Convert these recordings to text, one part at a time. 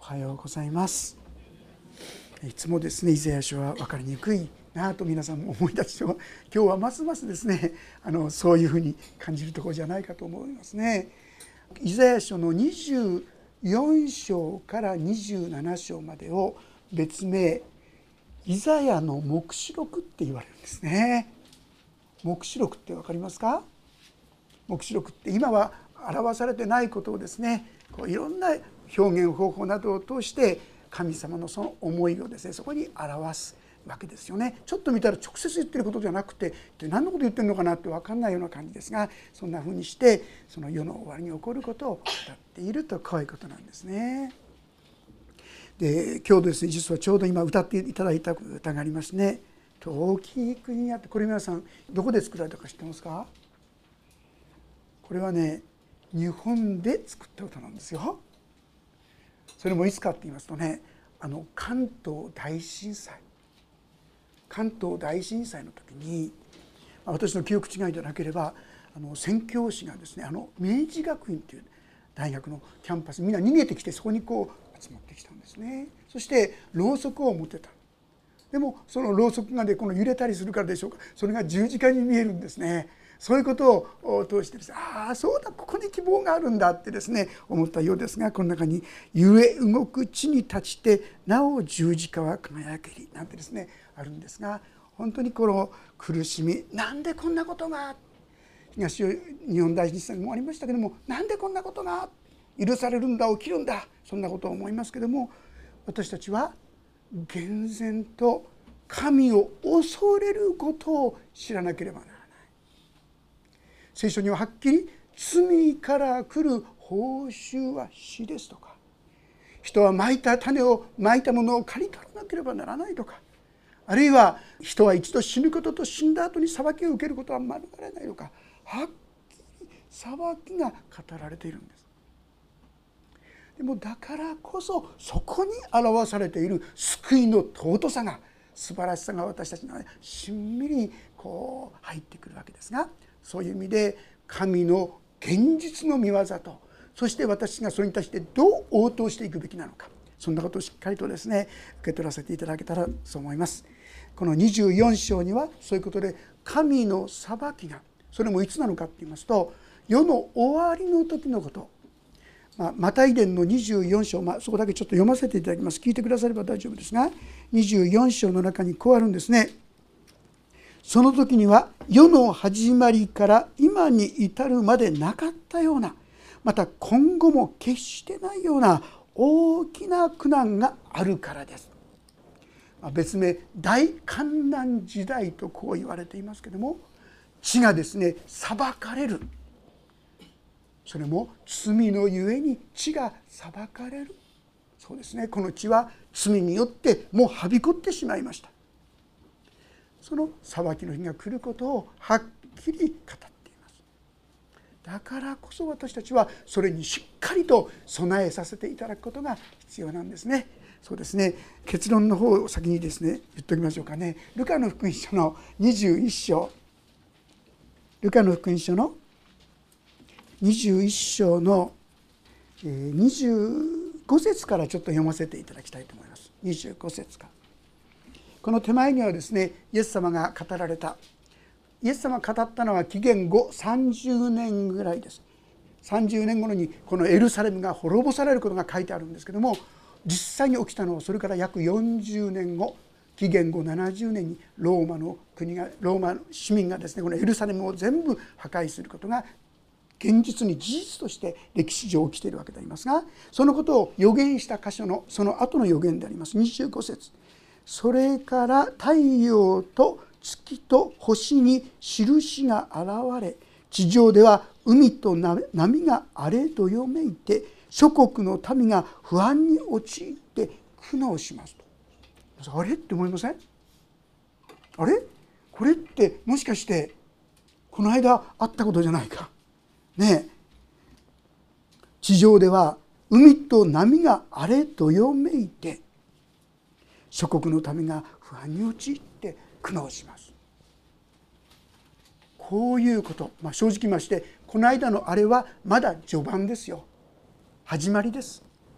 おはようございます。いつもですね、イザヤ書は分かりにくいなと皆さんも思い出して、今日はますますですね、そういうふうに感じるところじゃないかと思いますね。イザヤ書の24章から27章までを別名イザヤの黙示録って言われるんですね。黙示録って分かりますか？黙示録って今は表されてないことをですね、いろんな表現方法などを通して神様のその思いをですね、そこに表すわけですよね。ちょっと見たら直接言ってることじゃなくて、何のこと言ってるのかなって分かんないような感じですが、そんなふうにしてその世の終わりに起こることを語っていると、こういうことなんですね。で、今日ですね、実はちょうど今歌っていただいた歌がありますね。遠き国にあって、これ皆さんどこで作られたか知ってますか？これはね、日本で作った歌なんですよ。それもいつかって言いますとね、関東大震災の時に、私の記憶違いでなければ宣教師がですね、明治学院という大学のキャンパスにみんな逃げてきて、そこにこう集まってきたんですね。そしてろうそくを持ってた。でもそのろうそくがね、この揺れたりするからでしょうか、それが十字架に見えるんですね。そういうことを通してですね、ああそうだ、ここに希望があるんだってですね思ったようですが、この中に揺れ動く地に立ちてなお十字架は輝けりなんてですねあるんですが、本当にこの苦しみ、なんでこんなことが、東日本大震災もありましたけども、なんでこんなことが許されるんだ、起きるんだ、そんなことを思いますけども、私たちは厳然と神を恐れることを知らなければならない。聖書にははっきり罪から来る報酬は死ですとか、人はまいた種をまいたものを刈り取らなければならないとか、あるいは人は一度死ぬことと死んだ後に裁きを受けることは免れないとか、はっきり裁きが語られているんです。でもだからこそ、そこに表されている救いの尊さが、素晴らしさが私たちのしんみりこう入ってくるわけですが、そういう意味で神の現実の御業と、そして私がそれに対してどう応答していくべきなのか、そんなことをしっかりとですね受け取らせていただけたらと思います。この24章にはそういうことで、神の裁きが、それもいつなのかと言いますと、世の終わりの時のこと。マタイ伝の24章、そこだけちょっと読ませていただきます。聞いてくだされば大丈夫ですが、24章の中にこうあるんですね。その時には世の始まりから今に至るまでなかったような、また今後も決してないような大きな苦難があるからです。別名大患難時代とこう言われていますけれども、地がですね裁かれる。それも罪のゆえに地が裁かれる。そうですね、この地は罪によってもうはびこってしまいました。その裁きの日が来ることをはっきり語っています。だからこそ私たちはそれにしっかりと備えさせていただくことが必要なんですね。そうですね、結論の方を先にですね言っておきましょうかね。ルカの福音書の21章、ルカの福音書の21章の25節からちょっと読ませていただきたいと思います。25節から。この手前にはですね、イエス様が語られた、イエス様が語ったのは紀元後30年ぐらいです。30年頃にこのエルサレムが滅ぼされることが書いてあるんですけども、実際に起きたのはそれから約40年後、紀元後70年にローマの市民がですね、このエルサレムを全部破壊することが現実に事実として歴史上起きているわけでありますが、そのことを予言した箇所のその後の予言であります。25節。それから太陽と月と星に印が現れ、地上では海と波が荒れどよめいて、諸国の民が不安に陥って苦悩しますと。あれって思いません？あれこれってもしかしてこの間あったことじゃないかね。地上では海と波が荒れどよめいて、諸国の民が不安に陥って苦悩します。こういうこと、正直言いまして、この間のあれはまだ序盤ですよ。始まりです。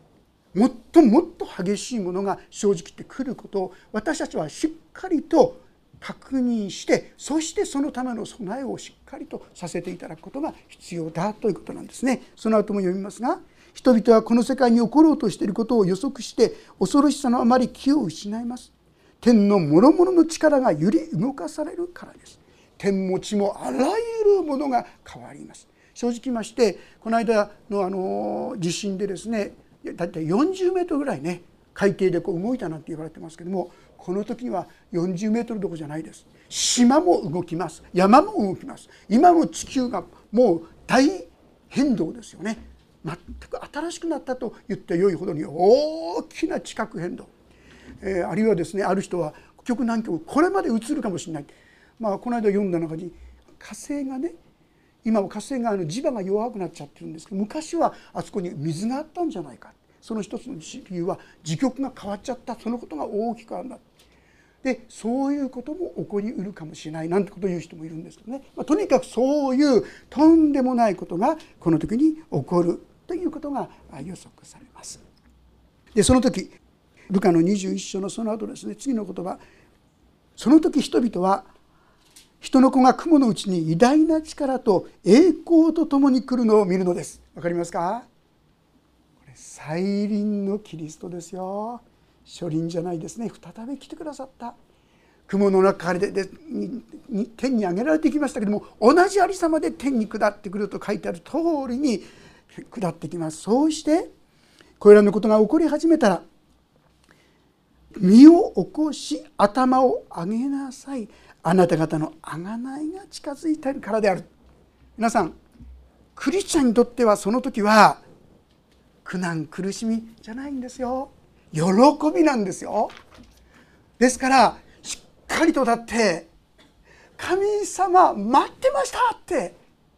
もっともっと激しいものが正直言ってくることを私たちはしっかりと確認して、そしてそのための備えをしっかりとさせていただくことが必要だということなんですね。その後も読みますが、人々はこの世界に起ころうとしていることを予測して恐ろしさのあまり気を失います。天の諸々の力が揺り動かされるからです。天も地もあらゆるものが変わります。正直言いまして、この間の地震でですね、だいたい40メートルぐらいね、海底で動いたなんて言われてますけども、この時には40メートルどころじゃないです。島も動きます。山も動きます。今の地球がもう大変動ですよね。全く新しくなったと言ってよいほどに大きな地殻変動、あるいはですね、ある人は極南極これまで移るかもしれない、この間読んだ中に火星がね、今は火星が磁場が弱くなっちゃってるんですけど、昔はあそこに水があったんじゃないか。その一つの理由は時局が変わっちゃった、そのことが大きくあるんだ。でそういうことも起こりうるかもしれないなんてことを言う人もいるんですけどね、とにかくそういうとんでもないことがこの時に起こるということが予測されます。でその時ルカの21章のその後ですね、次の言葉、その時人々は人の子が雲のうちに偉大な力と栄光とともに来るのを見るのです。わかりますか？これ再臨のキリストですよ。初臨じゃないですね。再び来てくださった。雲の中で天に上げられてきましたけども、同じありさまで天に下ってくると書いてある通りに下ってきます。そうしてこれらのことが起こり始めたら、身を起こし頭を上げなさい。あなた方の贖いが近づいているからである。皆さん、クリスチャンにとってはその時は苦難苦しみじゃないんですよ。喜びなんですよ。ですからしっかりとだって神様待ってましたって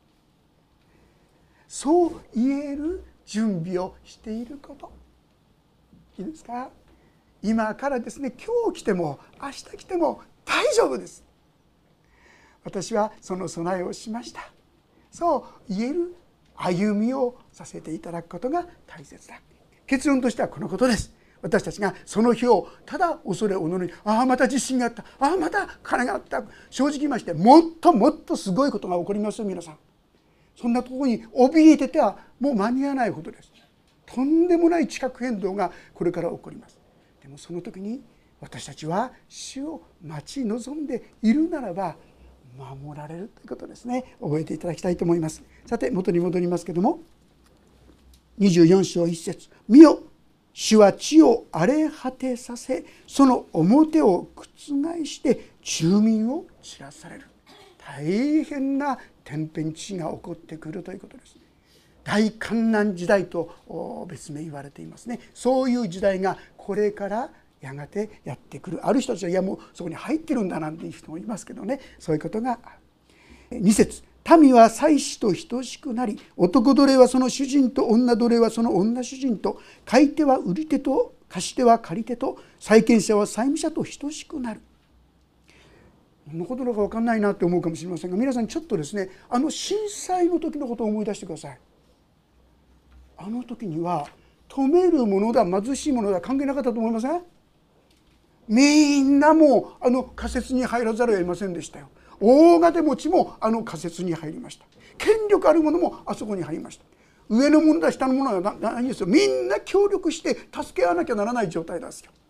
そう言える準備をしていること、いいですか？今からですね、今日来ても明日来ても大丈夫です。私はその備えをしました。そう言える歩みをさせていただくことが大切だ。結論としてはこのことです。私たちがその日をただ恐れおののに、また地震があった、また金があった、正直言いましてもっともっとすごいことが起こりますよ。皆さん、そんなところに怯えててはもう間に合わないことです。とんでもない地殻変動がこれから起こります。でもその時に私たちは主を待ち望んでいるならば守られるということですね。覚えていただきたいと思います。さて元に戻りますけども、24章1節、見よ、主は地を荒れ果てさせ、その表を覆して住民を散らされる。大変な天変地異が起こってくるということです。大患難時代と別名言われていますね。そういう時代がこれからやがてやってくる。ある人たちは、いやもうそこに入ってるんだなんていう人もいますけどね、そういうことがある。2節、民は妻子と等しくなり、男奴隷はその主人と女奴隷はその女主人と、買い手は売り手と貸し手は借り手と、債権者は債務者と等しくなる。このことのか分かんないなって思うかもしれませんが、皆さんちょっとですね、震災の時のことを思い出してください。あの時には富めるものだ貧しいものだ関係なかったと思いません？みんなも仮設に入らざるを得ませんでしたよ。大金持ちも仮設に入りました。権力あるものもあそこに入りました。上のものだ下のものはないんですよ。みんな協力して助け合わなきゃならない状態ですよ。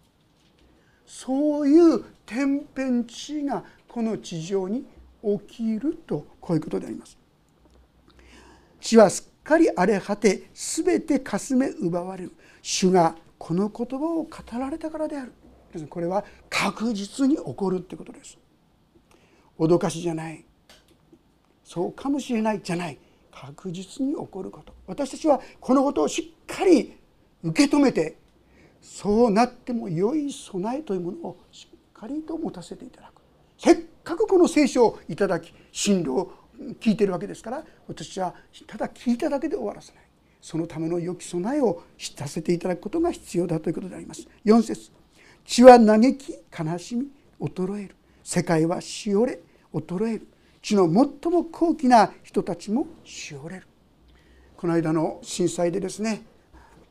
そういう天変地異がこの地上に起きると、こういうことであります。地はすっかり荒れ果て、すべてかすめ奪われる。主がこの言葉を語られたからである。これは確実に起こるってことです。脅かしじゃない、そうかもしれないじゃない、確実に起こること。私たちはこのことをしっかり受け止めて、そうなっても良い備えというものをしっかりと持たせていただく。せっかくこの聖書をいただき真理を聞いているわけですから、私はただ聞いただけで終わらせない、そのための良き備えを知らせていただくことが必要だということであります。4節、地は嘆き悲しみ衰える、世界はしおれ衰える、地の最も高貴な人たちもしおれる。この間の震災でですね、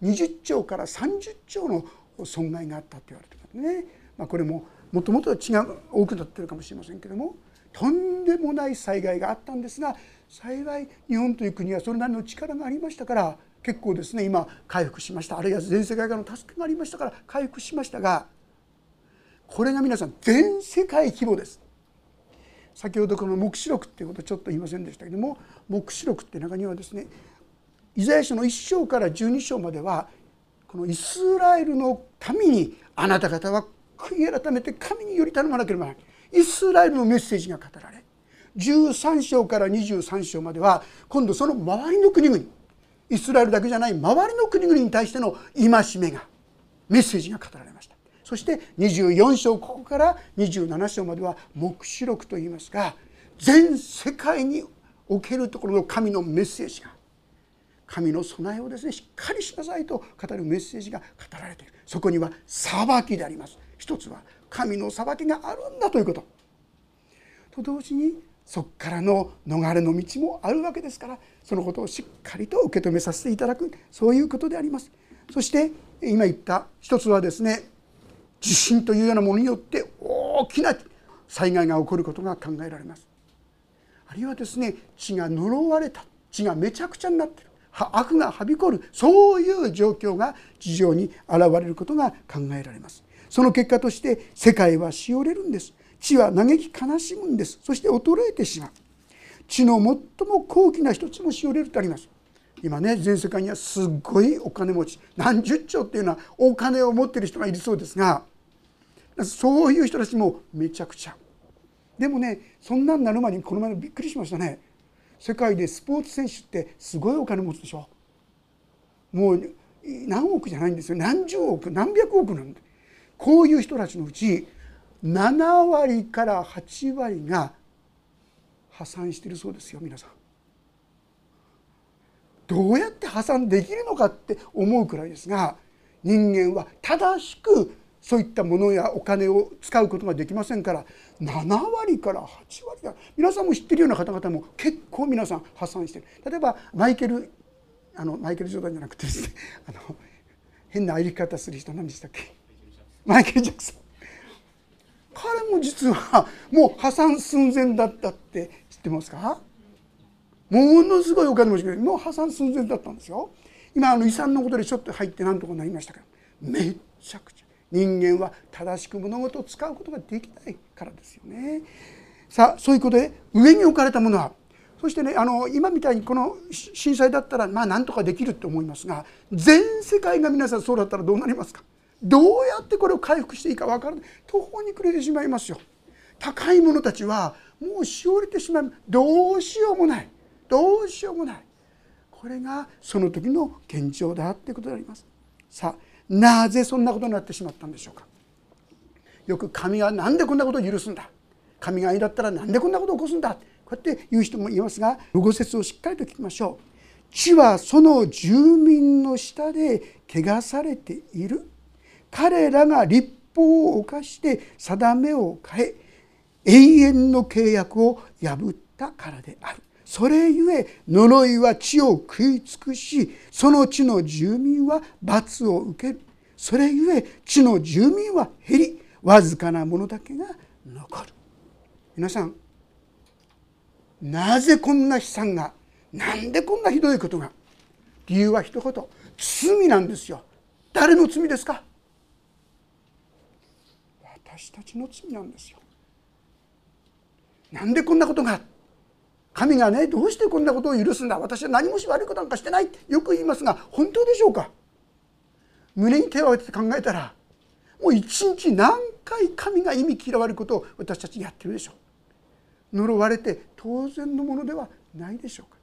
20兆から30兆の損害があったと言われてますね。これももともとは血が多くなっているかもしれませんけれども、とんでもない災害があったんですが、幸い日本という国はそれなりの力がありましたから結構ですね、今回復しました。あるいは全世界からの助けがありましたから回復しましたが、これが皆さん全世界規模です。先ほどこの黙示録っていうことをちょっと言いませんでしたけども、黙示録って中にはですね、イザヤ書の1章から12章まではこのイスラエルの民に、あなた方は悔い改めて神により頼まなければならない、イスラエルのメッセージが語られ、13章から23章までは今度その周りの国々、イスラエルだけじゃない周りの国々に対しての戒めが、メッセージが語られました。そして24章、ここから27章までは黙示録といいますが、全世界におけるところの神のメッセージが、神の備えをですねしっかりしなさいと語るメッセージが語られている。そこには裁きであります。一つは神の裁きがあるんだということと同時に、そこからの逃れの道もあるわけですから、そのことをしっかりと受け止めさせていただく、そういうことであります。そして今言った一つはですね、地震というようなものによって大きな災害が起こることが考えられます。あるいはですね、地が呪われた、地がめちゃくちゃになっている、悪がはびこる、そういう状況が地上に現れることが考えられます。その結果として世界はしおれるんです。地は嘆き悲しむんです。そして衰えてしまう。地の最も高貴な一つもしおれるとあります。今ね、全世界にはすごいお金持ち、何十兆っていうのはお金を持っている人がいるそうですが、そういう人たちもめちゃくちゃ。でもね、そんなんなる前にこの前びっくりしましたね。世界でスポーツ選手ってすごいお金持つでしょ。もう何億じゃないんですよ、何十億何百億なんで、こういう人たちのうち7割から8割が破産しているそうですよ。皆さんどうやって破産できるのかって思うくらいですが、人間は正しくそういったものやお金を使うことができませんから、7割から8割が、皆さんも知っているような方々も結構皆さん破産している。例えばマイケル・ジョーダンじゃなくてですね、変な歩き方する人、何でしたっけ、マイケル・ジャクソン。彼も実はもう破産寸前だったって知ってますか。ものすごいお金持ちでもう破産寸前だったんですよ。今遺産のことでちょっと入ってなんとかなりましたけど、めちゃくちゃ人間は正しく物事を使うことができないからですよね。さあ、そういうことで上に置かれたものは、そしてね、今みたいにこの震災だったらなんとかできると思いますが、全世界が皆さんそうだったらどうなりますか。どうやってこれを回復していいか分からない、途方に暮れてしまいますよ。高い者たちはもうしおれてしまう、どうしようもない、どうしようもない。これがその時の現状だということであります。さあ、なぜそんなことになってしまったんでしょうか。よく神はなんでこんなことを許すんだ、神が愛だったらなんでこんなことを起こすんだ、こうやって言う人もいますが、5節をしっかりと聞きましょう。地はその住民の下で汚されている。彼らが律法を犯して定めを変え、永遠の契約を破ったからである。それゆえ呪いは地を食い尽くし、その地の住民は罰を受ける。それゆえ地の住民は減り、わずかなものだけが残る。皆さん、なぜこんな悲惨が、なんでこんなひどいことが。理由は一言、罪なんですよ。誰の罪ですか。私たちの罪なんですよ。なんでこんなことが、神がね、どうしてこんなことを許すんだ、私は何も悪いことなんかしてないってよく言いますが、本当でしょうか。胸に手を当てて考えたら、もう一日何回神が忌み嫌われることを私たちやってるでしょう。呪われて当然のものではないでしょうか。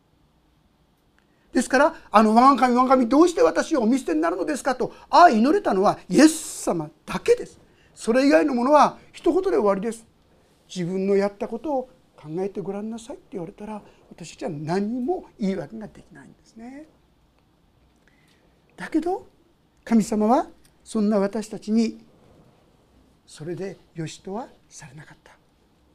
ですから我が神どうして私をお見捨てになるのですかと祈れたのはイエス様だけです。それ以外のものは一言で終わりです。自分のやったことを考えてごらんなさいって言われたら、私たちは何も言い訳ができないんですね。だけど神様はそんな私たちにそれでよしとはされなかった。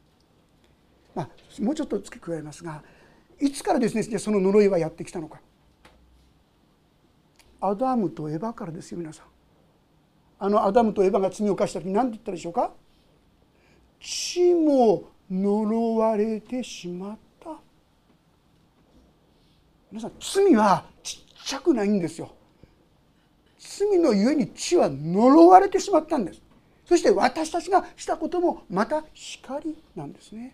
もうちょっと付け加えますが、いつからですね、その呪いはやってきたのか。 アダムとエバからですよ。皆さん、アダムとエバが罪を犯した時何て言ったでしょうか。地も呪われてしまった。皆さん、罪はちっちゃくないんですよ。罪のゆえに地は呪われてしまったんです。そして私たちがしたこともまた叱りなんですね。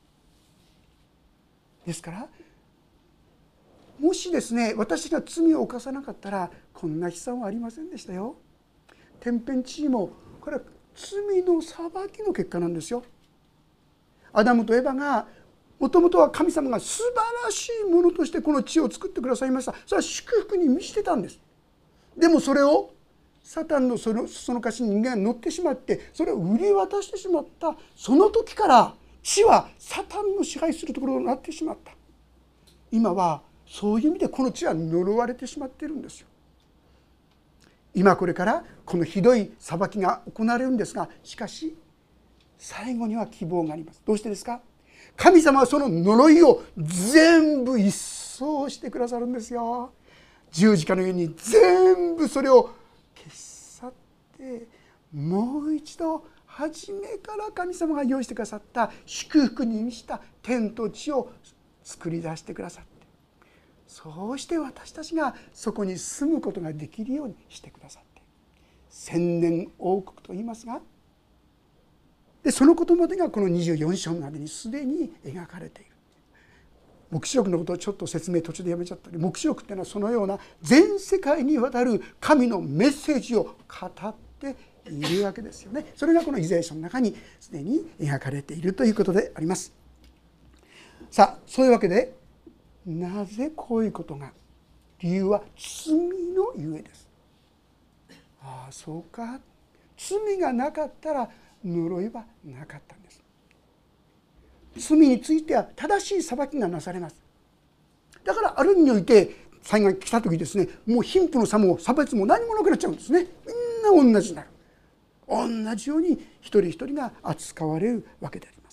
ですからもしですね、私が罪を犯さなかったらこんな悲惨はありませんでしたよ。天変地異もこれは罪の裁きの結果なんですよ。アダムとエバがもともとは神様が素晴らしいものとしてこの地を作ってくださいました。それは祝福に満ちてたんです。でもそれをサタンのそのかしに人間が乗ってしまってそれを売り渡してしまった。その時から地はサタンの支配するところになってしまった。今はそういう意味でこの地は呪われてしまっているんですよ。今これからこのひどい裁きが行われるんですが、しかし最後には希望があります。どうしてですか。神様はその呪いを全部一掃してくださるんですよ。十字架のように全部それを消し去ってもう一度初めから神様が用意してくださった祝福に満ちた天と地を作り出してくださって、そうして私たちがそこに住むことができるようにしてくださって、千年王国と言いますが、でそのことまでがこの24章までにすでに描かれている。黙示録のことをちょっと説明途中でやめちゃったり、黙示録っていうのはそのような全世界にわたる神のメッセージを語っているわけですよね。それがこのイザヤ書の中にすでに描かれているということであります。さあ、そういうわけでなぜこういうことが、理由は罪のゆえです。ああ、そうか、罪がなかったら呪いはなかったんです。罪については正しい裁きがなされます。だからある意味において災害が来た時ですね、もう貧富の差も差別も何もなくなっちゃうんですね。みんな同じになる。同じように一人一人が扱われるわけであります。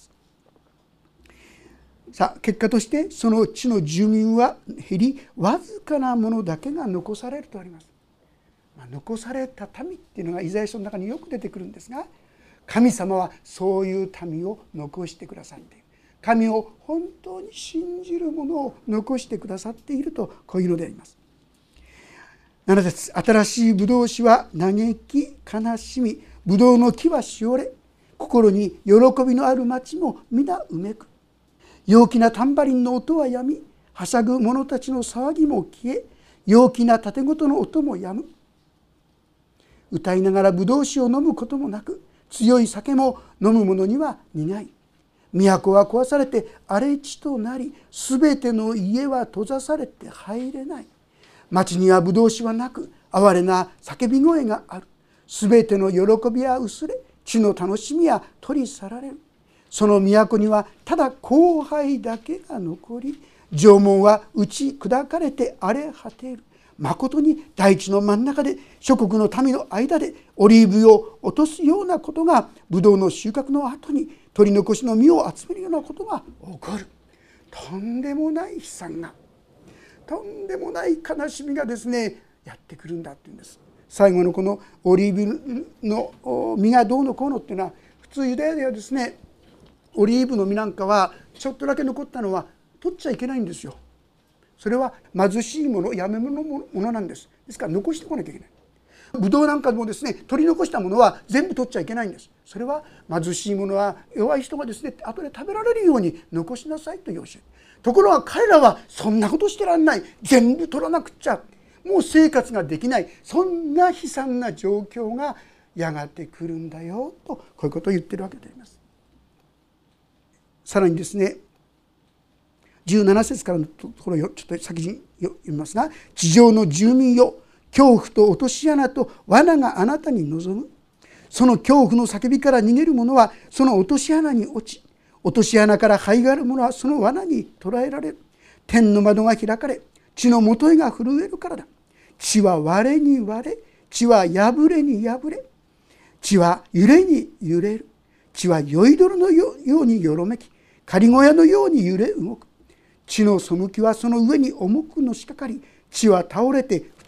さあ、結果としてその地の住民は減り、わずかなものだけが残されるとあります。残された民っていうのがイザヤ書の中によく出てくるんですが、神様はそういう民を残してくださっている。神を本当に信じる者を残してくださっていると、こういうのであります。7節、新しいブドウ酒は嘆き悲しみ、ブドウの木はしおれ、心に喜びのある町も皆うめく。陽気なタンバリンの音はやみ、はしゃぐ者たちの騒ぎも消え、陽気な盾ごとの音もやむ。歌いながらブドウ酒を飲むこともなく、強い酒も飲む者には苦い。都は壊されて荒れ地となり、すべての家は閉ざされて入れない。町にはブドウ酒はなく、哀れな叫び声がある。すべての喜びは薄れ、地の楽しみは取り去られる。その都にはただ荒廃だけが残り、城門は打ち砕かれて荒れ果てる。まことに大地の真ん中で諸国の民の間でオリーブを落とすようなことが、ブドウの収穫の後に取り残しの実を集めるようなことが起こる。とんでもない悲惨が、とんでもない悲しみがですね、やってくるんだっていうんです。最後のこのオリーブの実がどうのこうのっていうのは、普通ユダヤではですね、オリーブの実なんかはちょっとだけ残ったのは取っちゃいけないんですよ。それは貧しいもの、やめ物のものなんです。ですから残してこなきゃいけない。ブドウなんかでもですね、取り残したものは全部取っちゃいけないんです。それは貧しいものは弱い人がですね、後で食べられるように残しなさいという教え。ところが彼らはそんなことしてらんない、全部取らなくっちゃもう生活ができない、そんな悲惨な状況がやがて来るんだよと、こういうことを言ってるわけであります。さらにですね、17節からのところをちょっと先に読みますが、地上の住民よ、恐怖と落とし穴と罠があなたに望む。その恐怖の叫びから逃げる者はその落とし穴に落ち、落とし穴から這い上がる者はその罠に捕らえられる。天の窓が開かれ、地のもとへが震えるからだ。地は割れに割れ、地は破れに破れ、地は揺れに揺れる。地は酔いどれのようによろめき、仮小屋のように揺れ動く。地の背きはその上に重くのしかかり、地は倒れて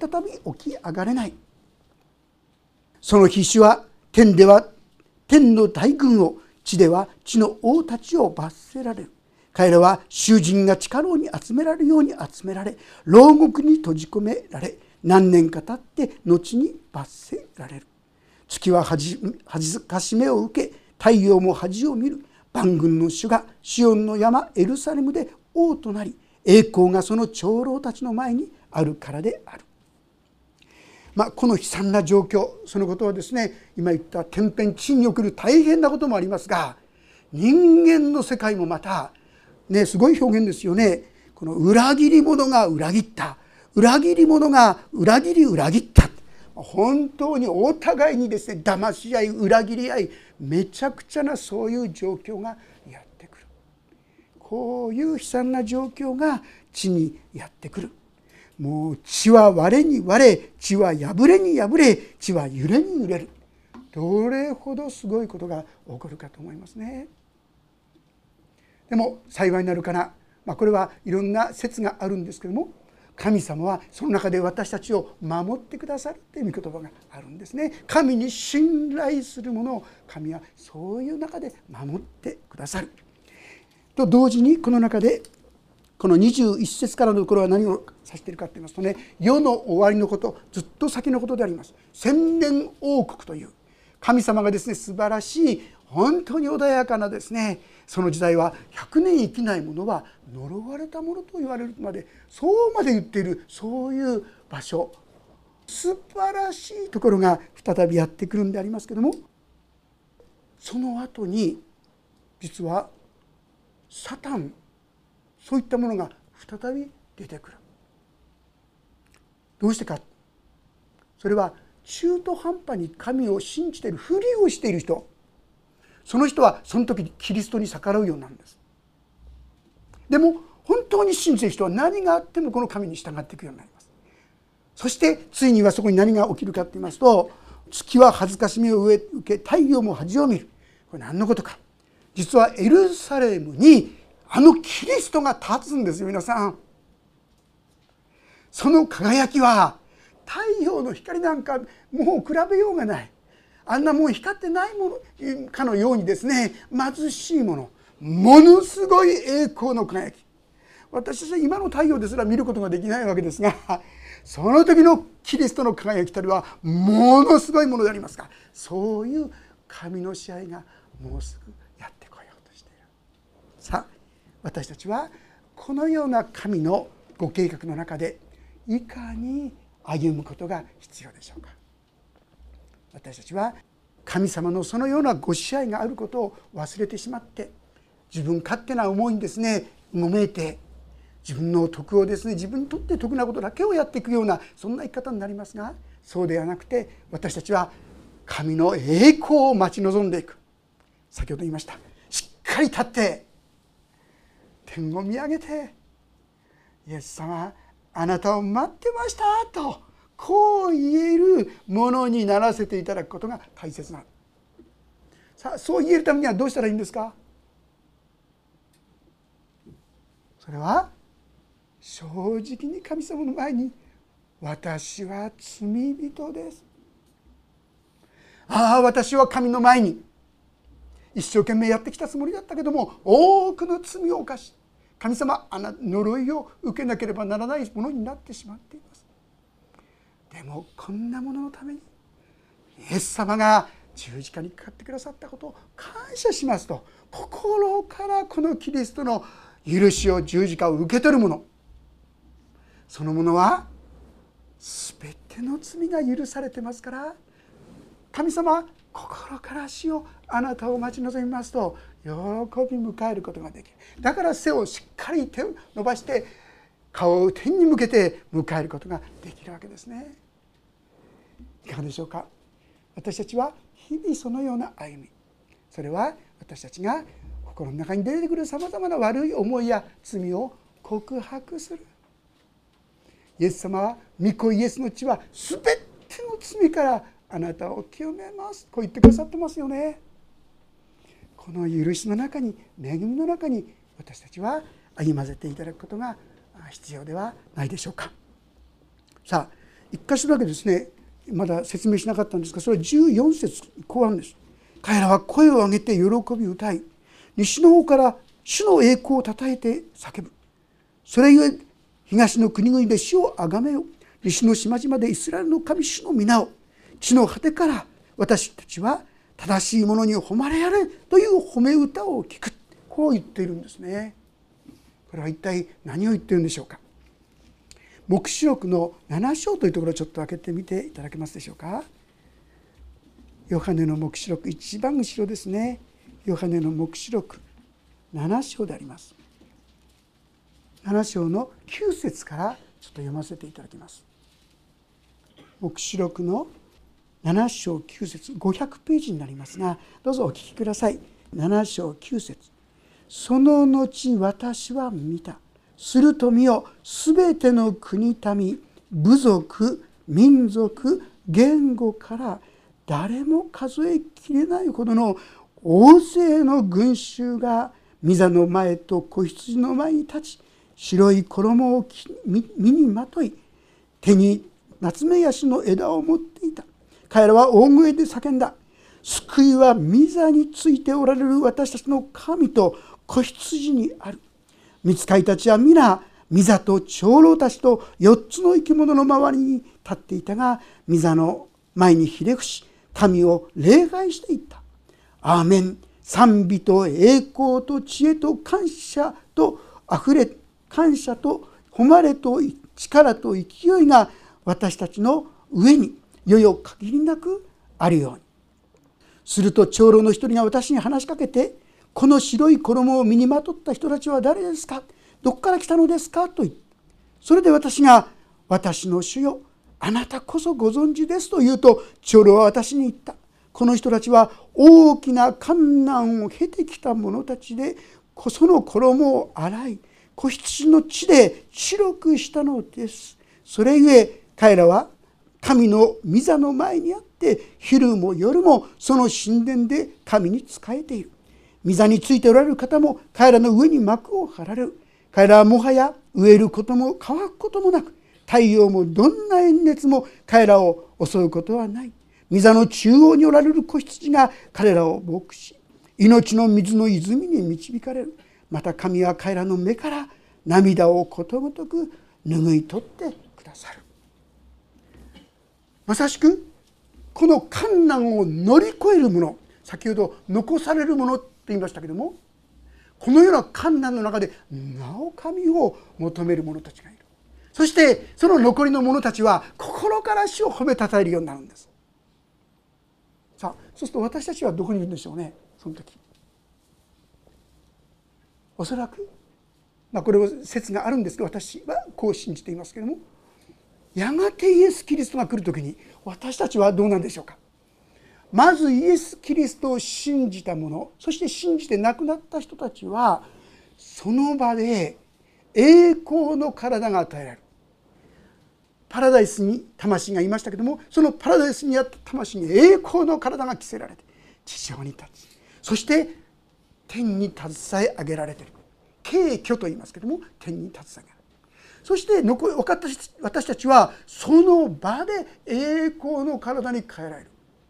再び起き上がれない。その日主は天では天の大軍を、地では地の王たちを罰せられる。彼らは囚人が地下牢に集められるように集められ、牢獄に閉じ込められ、何年か経って後に罰せられる。月は恥かしめを受け、太陽も恥を見る。万軍の主がシオンの山エルサレムで王となり、栄光がその長老たちの前にあるからである。この悲惨な状況、そのことはですね、今言った天変地異における大変なこともありますが、人間の世界もまたね、すごい表現ですよね。この裏切り者が裏切った、裏切り者が裏切った、本当にお互いにですね、騙し合い、裏切り合い、めちゃくちゃなそういう状況がやってくる。こういう悲惨な状況が地にやってくる。もう地は割れに割れ、地は破れに破れ、地は揺れに揺れる。どれほどすごいことが起こるかと思いますね。でも幸いなるかな、これはいろんな説があるんですけども、神様はその中で私たちを守ってくださるという御言葉があるんですね。神に信頼する者を神はそういう中で守ってくださると同時に、この中でこの21節からのところは何を指しているかといいますとね、世の終わりのこと、ずっと先のことであります。千年王国という神様がですね、素晴らしい本当に穏やかなですね、その時代は100年生きない者は呪われたものと言われるまで、そうまで言っている、そういう場所、素晴らしいところが再びやってくるんでありますけども、その後に実はサタン、そういったものが再び出てくる。どうしてか。それは中途半端に神を信じているふりをしている人、その人はその時キリストに逆らうようになるんです。でも本当に信じている人は何があってもこの神に従っていくようになります。そしてついにはそこに何が起きるかと言いますと、月は恥ずかしみを受け、太陽も恥を見る。これ何のことか。実はエルサレムにあのキリストが立つんですよ、皆さん。その輝きは太陽の光なんかもう比べようがない。あんなもう光ってないものかのようにですね、貧しいもの、ものすごい栄光の輝き。私たちは今の太陽ですら見ることができないわけですが、その時のキリストの輝きたりはものすごいものでありますが、そういう神の支配がもうすぐやってこようとしている。さあ、私たちはこのような神のご計画の中でいかに歩むことが必要でしょうか。私たちは神様のそのようなご支配があることを忘れてしまって、自分勝手な思いにですねうごめいて、自分の徳をですね、自分にとって得なことだけをやっていくような、そんな生き方になりますが、そうではなくて、私たちは神の栄光を待ち望んでいく。先ほど言いました、しっかり立って天を見上げて、イエス様あなたを待ってましたと、こう言えるものにならせていただくことが大切な。さあ、そう言えるためにはどうしたらいいんですか。それは正直に神様の前に、私は罪人です、私は神の前に一生懸命やってきたつもりだったけども、多くの罪を犯し、神様呪いを受けなければならないものになってしまっています。でもこんなもののためにイエス様が十字架にかかってくださったことを感謝しますと、心からこのキリストの許しを、十字架を受け取る者、そのものは全ての罪が許されてますから、神様は心から主よあなたを待ち望みますと喜び迎えることができる。だから背をしっかり手を伸ばして顔を天に向けて迎えることができるわけですね。いかがでしょうか。私たちは日々そのような歩み、それは私たちが心の中に出てくるさまざまな悪い思いや罪を告白する。イエス様は、御子イエスの血は全ての罪からあなたを清めます、こう言ってくださってますよね。この許しの中に、恵みの中に私たちは歩ませていただくことが必要ではないでしょうか。さあ、 一箇所だけですね、まだ説明しなかったんですが、それは14節こうあるんです。彼らは声を上げて喜び歌い、西の方から主の栄光をたたえて叫ぶ。それゆえ東の国々で主をあがめよ。西の島々でイスラエルの神主の皆を。地の果てから私たちは正しいものに誉れあれという褒め歌を聞く。こう言っているんですね。これは一体何を言っているんでしょうか。黙示録の7章というところをちょっと開けてみていただけますでしょうか。ヨハネの黙示録一番後ろですね。ヨハネの黙示録7章であります。7章の9節からちょっと読ませていただきます。黙示録の7章9節500ページになりますが、どうぞお聞きください。7章9節その後私は見た。すると見よ、すべての国民、部族、民族、言語から誰も数えきれないほどの大勢の群衆が御座の前と子羊の前に立ち、白い衣を身にまとい、手にナツメヤシの枝を持っていた。彼らは大声で叫んだ。救いは御座についておられる私たちの神と子羊にある。御使いたちは皆御座と長老たちと4つの生き物の周りに立っていたが、御座の前にひれ伏し神を礼拝していった。アーメン。賛美と栄光と知恵と感謝とあふれ、感謝と誉れと力と勢いが私たちの上によよ限りなくあるように。すると長老の一人が私に話しかけて、この白い衣を身にまとった人たちは誰ですか、どこから来たのですかと言った。それで私が、私の主よ、あなたこそご存知ですと言うと、長老は私に言った。この人たちは大きな患難を経てきた者たちで、その衣を洗い、子羊の血で白くしたのです。それゆえ彼らは神の御座の前にあって、昼も夜もその神殿で神に仕えている。御座についておられる方も彼らの上に幕を張られる。彼らはもはや飢えることも乾くこともなく、太陽もどんな炎熱も彼らを襲うことはない。御座の中央におられる子羊が彼らを牧し、命の水の泉に導かれる。また神は彼らの目から涙をことごとく拭い取ってくださる。まさしくこの患難を乗り越えるもの、先ほど残されるものと言いましたけども、このような患難の中でなお神を求める者たちがいる。そしてその残りの者たちは心から主を褒めたたえるようになるんです。さあ、そうすると私たちはどこにいるんでしょうね。その時おそらく、これは説があるんですが、私はこう信じていますけれども、やがてイエス・キリストが来る時に私たちはどうなんでしょうか。まずイエス・キリストを信じた者、そして信じて亡くなった人たちはその場で栄光の体が与えられる。パラダイスに魂がいましたけども、そのパラダイスにあった魂に栄光の体が着せられて地上に立ち、そして天に携え上げられている。敬虚と言いますけども、天に携え上げられる。そして私たちはその場で栄光の体に変えられる。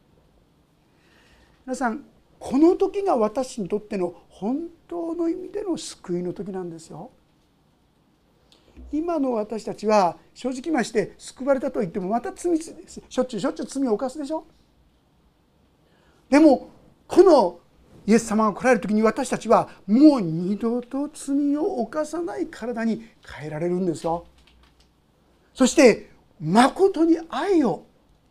皆さん、この時が私にとっての本当の意味での救いの時なんですよ。今の私たちは正直まして救われたと言ってもまたしょっちゅう罪を犯すでしょ。でもこのイエス様が来られる時に私たちはもう二度と罪を犯さない体に変えられるんですよ。そして誠に愛を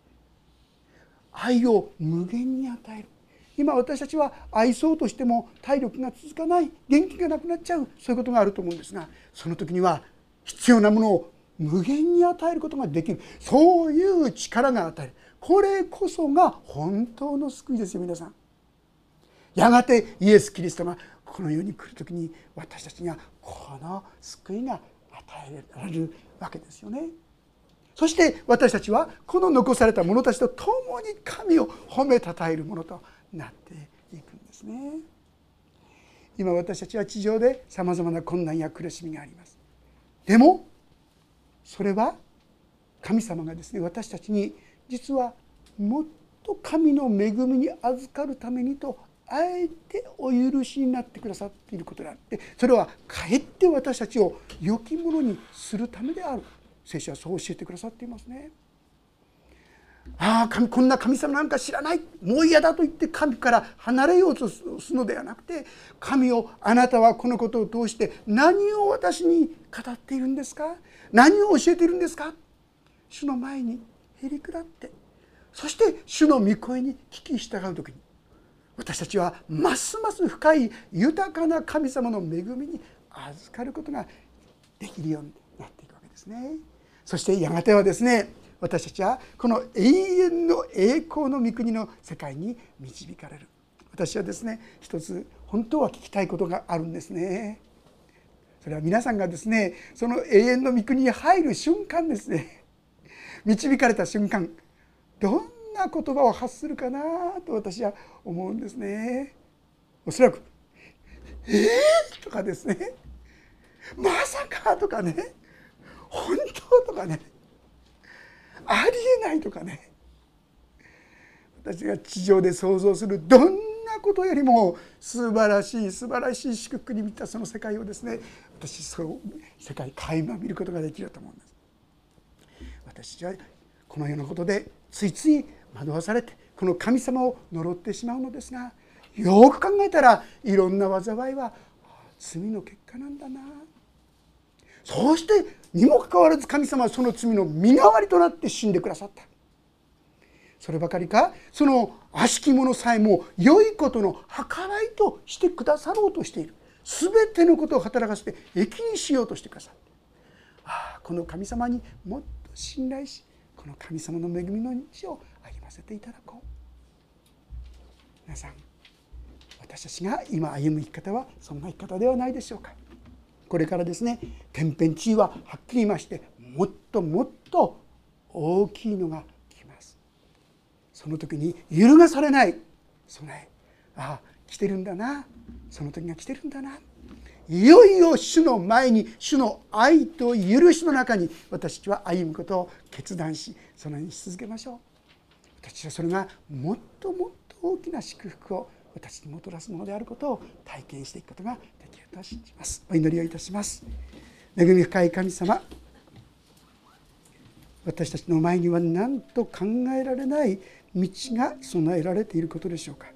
無限に与える。今私たちは愛そうとしても体力が続かない、元気がなくなっちゃう、そういうことがあると思うんですが、その時には必要なものを無限に与えることができる、そういう力が与える。これこそが本当の救いですよ。皆さん、やがてイエス・キリストがこの世に来る時に私たちにはこの救いが与えられるわけですよね。そして私たちはこの残された者たちと共に神を褒めたたえるものとなっていくんですね。今私たちは地上でさまざまな困難や苦しみがあります。でもそれは神様がですね、私たちに実はもっと神の恵みに預かるためにとあえてお許しになってくださっていることであって、それはかえって私たちを良きものにするためである。聖書はそう教えてくださっていますね。こんな神様なんか知らない、もう嫌だと言って神から離れようとするのではなくて、神よ、あなたはこのことを通して何を私に語っているんですか、何を教えているんですか。主の前にへり下って、そして主の御声に聞き従うときに、私たちはますます深い豊かな神様の恵みに預かることができるようになっていくわけですね。そしてやがてはですね、私たちはこの永遠の栄光の御国の世界に導かれる。私はですね、一つ本当は聞きたいことがあるんですね。それは皆さんがですね、その永遠の御国に入る瞬間ですね、導かれた瞬間、どんな言葉を発するかなと私は思うんですね。おそらくとかですね、まさかとかね、本当とかね、ありえないとかね、私が地上で想像するどんなことよりも素晴らしい祝福に満ちたその世界をですね、私そう世界垣間見ることができると思うんです。私はこのようなことでついつい惑わされてこの神様を呪ってしまうのですが、よく考えたらいろんな災いは罪の結果なんだな。そうしてにもかかわらず神様はその罪の身代わりとなって死んでくださった。そればかりか、その悪しき者さえも良いことの計らいとしてくださろうとしている。すべてのことを働かせて益にしようとしてくださって、この神様にもっと信頼し、この神様の恵みの道を歩ませていただこう。皆さん、私たちが今歩む生き方はそんな生き方ではないでしょうか。これからですね、天変地異ははっきり言いましてもっともっと大きいのが来ます。その時に揺るがされない備え、来てるんだな、その時が来てるんだな、いよいよ主の前に主の愛と許しの中に私たちは歩むことを決断し、そのようにし続けましょう。私はそれがもっともっと大きな祝福を私にもたらすものであることを体験していくことができると信じます。お祈りをいたします。恵み深い神様、私たちの前には何と考えられない道が備えられていることでしょうか。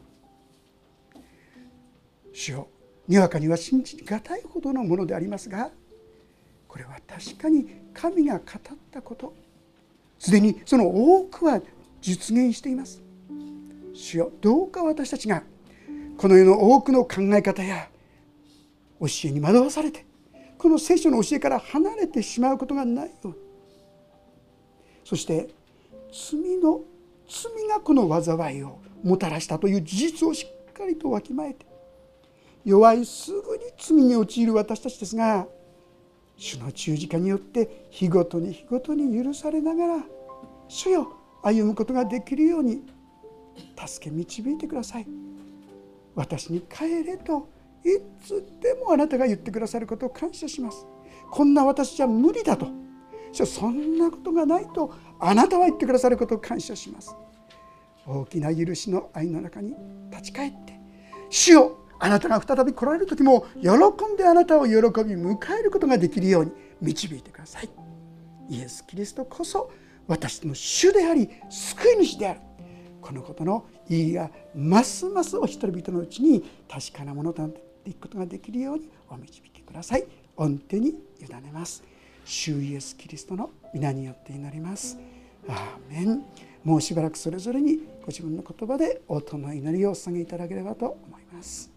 主よ、にわかには信じがたいほどのものでありますが、これは確かに神が語ったこと、すでにその多くは実現しています。主よ、どうか私たちがこの世の多くの考え方や教えに惑わされて、この聖書の教えから離れてしまうことがないように、そして罪がこの災いをもたらしたという事実をしっかりとわきまえて、弱いすぐに罪に陥る私たちですが、主の十字架によって日ごとに許されながら、主よ、歩むことができるように助け導いてください。私に帰れといつでもあなたが言ってくださることを感謝します。こんな私じゃ無理だと、そんなことがないとあなたは言ってくださることを感謝します。大きな許しの愛の中に立ち返って、主よ、あなたが再び来られる時も喜んであなたを喜び迎えることができるように導いてください。イエス・キリストこそ私の主であり救い主である。このことの意義がますますお一人々のうちに確かなものとなっていくことができるようにお導きください。御手に委ねます。主イエス・キリストの皆によって祈ります。アーメン。もうしばらくそれぞれにご自分の言葉で応答の祈りをお捧げいただければと思います。